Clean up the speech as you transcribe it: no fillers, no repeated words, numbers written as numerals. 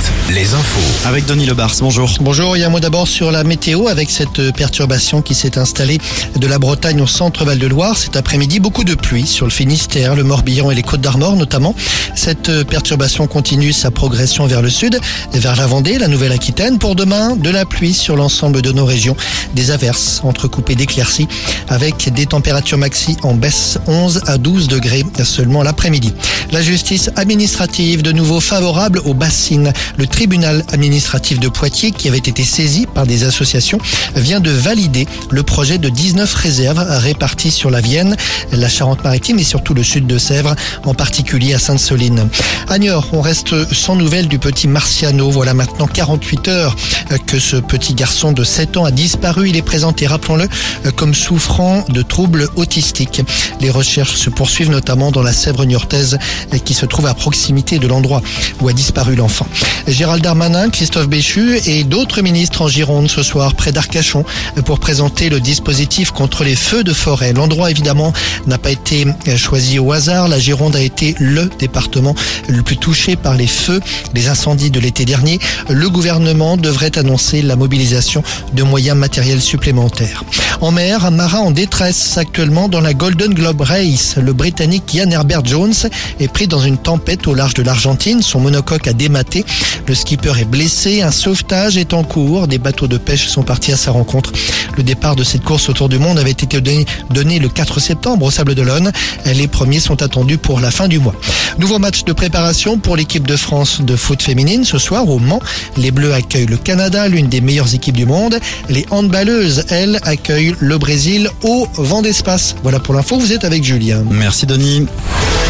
les infos. Avec Denis Lebars, bonjour. Bonjour, il y a un mot d'abord sur la météo avec cette perturbation qui s'est installée de la Bretagne au centre Val-de-Loire. Cet après-midi, beaucoup de pluie sur le Finistère, le Morbihan et les Côtes-d'Armor notamment. Cette perturbation continue sa progression vers le sud, vers la Vendée, la Nouvelle-Aquitaine. Pour demain, de la pluie sur l'ensemble de nos régions. Des averses entrecoupées d'éclaircies avec des températures maxi en baisse, 11 à 12 degrés seulement l'après-midi. La justice administrative, de nouveau favorable aux bassines. Le tribunal administratif de Poitiers, qui avait été saisi par des associations, vient de valider le projet de 19 réserves réparties sur la Vienne, la Charente-Maritime et surtout le sud de Sèvres, en particulier à Sainte-Soline. À Niort, on reste sans nouvelles du petit Marciano. Voilà maintenant 48 heures que ce petit garçon de 7 ans a disparu. Il est présenté, rappelons-le, comme souffrant de troubles autistiques. Les recherches se poursuivent notamment dans la Sèvre niortaise qui se trouve à proximité de l'endroit où a disparu l'enfant. Gérald Darmanin, Christophe Béchu et d'autres ministres en Gironde ce soir près d'Arcachon pour présenter le dispositif contre les feux de forêt. L'endroit évidemment n'a pas été choisi au hasard. La Gironde a été le département le plus touché par les feux, les incendies de l'été dernier. Le gouvernement devrait annoncer la mobilisation de moyens matériels supplémentaires. En mer, un marin en détresse actuellement dans la Golden Globe Race. Le Britannique Ian Herbert Jones est pris dans une tempête au large de l'Argentine. Son monocoque a dématé. Le skipper est blessé. Un sauvetage est en cours. Des bateaux de pêche sont partis à sa rencontre. Le départ de cette course autour du monde avait été donné le 4 septembre au Sables-d'Olonne. Les premiers sont attendus pour la fin du mois. Nouveau match de préparation pour l'équipe de France de foot féminine ce soir au Mans. Les Bleus accueillent le Canada, l'une des meilleures équipes du monde. Les handballeuses, elles, accueillent le Brésil au Vent d'Espace. Voilà pour l'info, vous êtes avec Julien. Merci Denis.